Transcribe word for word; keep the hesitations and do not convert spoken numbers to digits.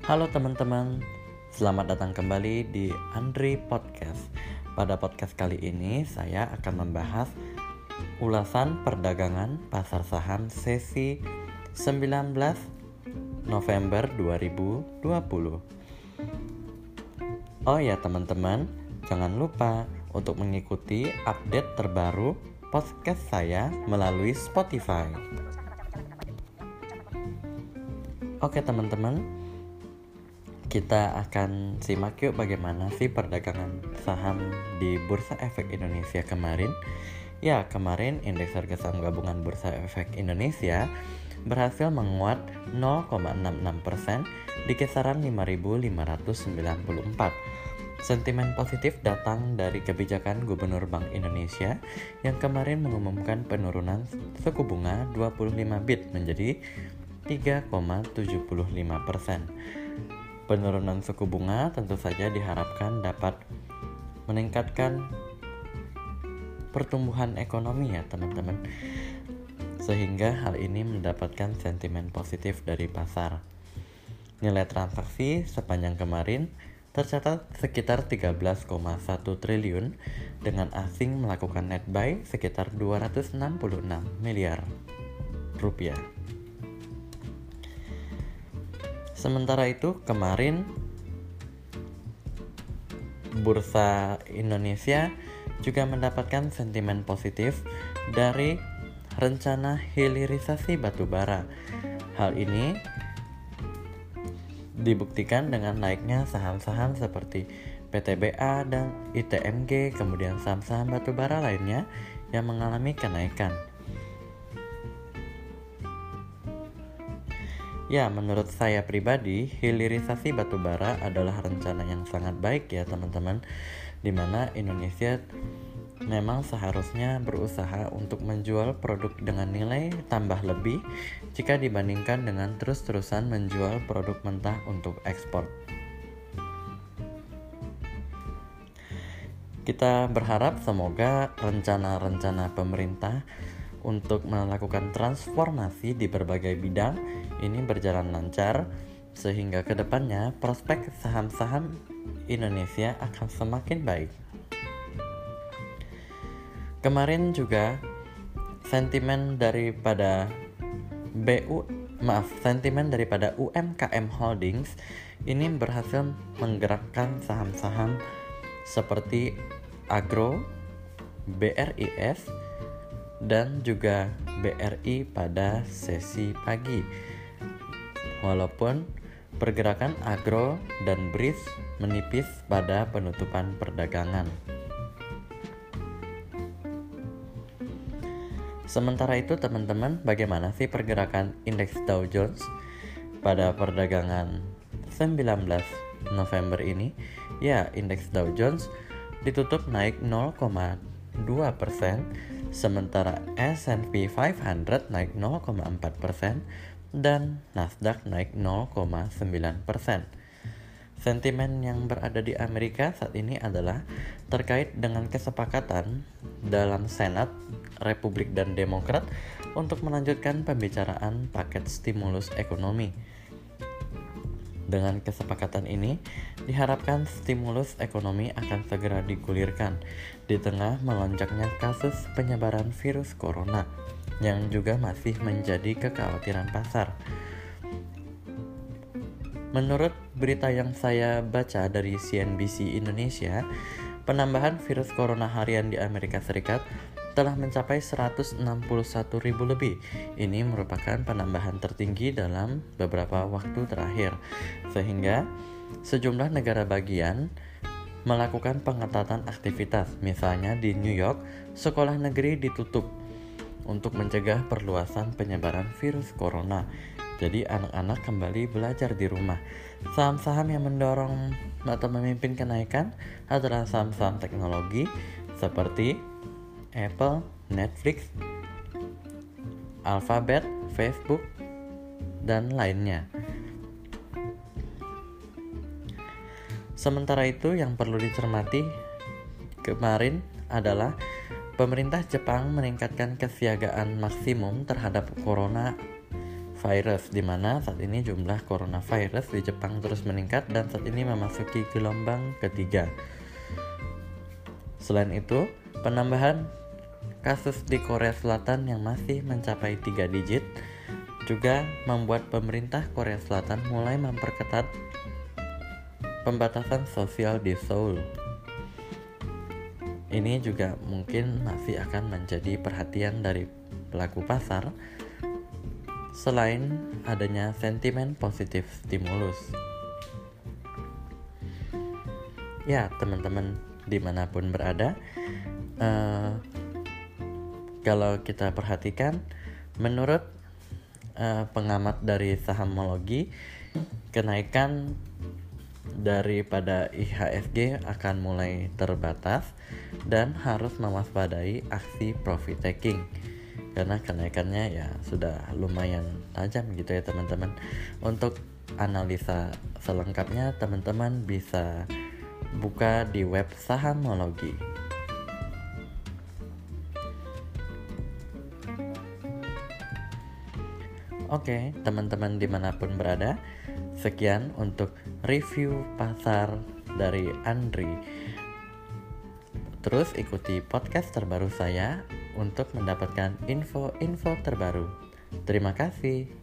Halo teman-teman, selamat datang kembali di Andri Podcast. Pada podcast kali ini saya akan membahas ulasan perdagangan pasar saham sesi sembilan belas November dua ribu dua puluh. Oh ya teman-teman, jangan lupa untuk mengikuti update terbaru podcast saya melalui Spotify. Oke teman-teman, kita akan simak yuk bagaimana sih perdagangan saham di Bursa Efek Indonesia kemarin. Ya, kemarin indeks harga saham gabungan Bursa Efek Indonesia berhasil menguat nol koma enam enam persen di kisaran lima ribu lima ratus sembilan puluh empat. Sentimen positif datang dari kebijakan Gubernur Bank Indonesia yang kemarin mengumumkan penurunan suku bunga dua puluh lima bit menjadi tiga koma tujuh lima persen. Penurunan suku bunga tentu saja diharapkan dapat meningkatkan pertumbuhan ekonomi ya teman-teman, sehingga hal ini mendapatkan sentimen positif dari pasar. Nilai transaksi sepanjang kemarin tercatat sekitar tiga belas koma satu triliun dengan asing melakukan net buy sekitar dua ratus enam puluh enam miliar rupiah. Sementara itu kemarin Bursa Indonesia juga mendapatkan sentimen positif dari rencana hilirisasi batubara. Hal ini dibuktikan dengan naiknya saham-saham seperti P T B A dan I T M G, kemudian saham-saham batubara lainnya yang mengalami kenaikan. Ya, menurut saya pribadi, hilirisasi batubara adalah rencana yang sangat baik ya teman-teman, di mana Indonesia memang seharusnya berusaha untuk menjual produk dengan nilai tambah lebih jika dibandingkan dengan terus-terusan menjual produk mentah untuk ekspor. Kita berharap semoga rencana-rencana pemerintah untuk melakukan transformasi di berbagai bidang ini berjalan lancar, sehingga kedepannya prospek saham-saham Indonesia akan semakin baik. Kemarin juga sentimen daripada B U maaf sentimen daripada U M K M Holdings ini berhasil menggerakkan saham-saham seperti Agro, B R I S dan juga B R I pada sesi pagi. Walaupun pergerakan Agro dan B R I S menipis pada penutupan perdagangan. Sementara itu teman-teman, bagaimana sih pergerakan indeks Dow Jones pada perdagangan sembilan belas November ini? Ya, indeks Dow Jones ditutup naik nol koma dua persen, sementara S and P lima ratus naik nol koma empat persen dan Nasdaq naik nol koma sembilan persen. Sentimen yang berada di Amerika saat ini adalah terkait dengan kesepakatan dalam Senat Republik dan Demokrat untuk melanjutkan pembicaraan paket stimulus ekonomi. Dengan kesepakatan ini, diharapkan stimulus ekonomi akan segera digulirkan di tengah melonjaknya kasus penyebaran virus corona yang juga masih menjadi kekhawatiran pasar. Menurut berita yang saya baca dari C N B C Indonesia, penambahan virus corona harian di Amerika Serikat telah mencapai seratus enam puluh satu ribu lebih. Ini merupakan penambahan tertinggi dalam beberapa waktu terakhir, sehingga sejumlah negara bagian melakukan pengetatan aktivitas. Misalnya di New York, sekolah negeri ditutup untuk mencegah perluasan penyebaran virus corona. Jadi anak-anak kembali belajar di rumah. Saham-saham yang mendorong atau memimpin kenaikan adalah saham-saham teknologi seperti Apple, Netflix, Alphabet, Facebook, dan lainnya. Sementara itu yang perlu dicermati kemarin adalah pemerintah Jepang meningkatkan kesiagaan maksimum terhadap corona virus, di mana saat ini jumlah coronavirus di Jepang terus meningkat dan saat ini memasuki gelombang ketiga. Selain itu, penambahan kasus di Korea Selatan yang masih mencapai tiga digit juga membuat pemerintah Korea Selatan mulai memperketat pembatasan sosial di Seoul. Ini juga mungkin masih akan menjadi perhatian dari pelaku pasar selain adanya sentimen positif stimulus. Ya, teman-teman dimanapun berada, uh, kalau kita perhatikan, menurut uh, pengamat dari sahamologi, kenaikan daripada I H S G akan mulai terbatas dan harus mewaspadai aksi profit taking karena kenaikannya ya sudah lumayan tajam gitu ya teman-teman. Untuk analisa selengkapnya teman-teman bisa buka di web sahamologi. Oke, teman-teman dimanapun berada, sekian untuk review pasar dari Andri. Terus ikuti podcast terbaru saya untuk mendapatkan info-info terbaru. Terima kasih.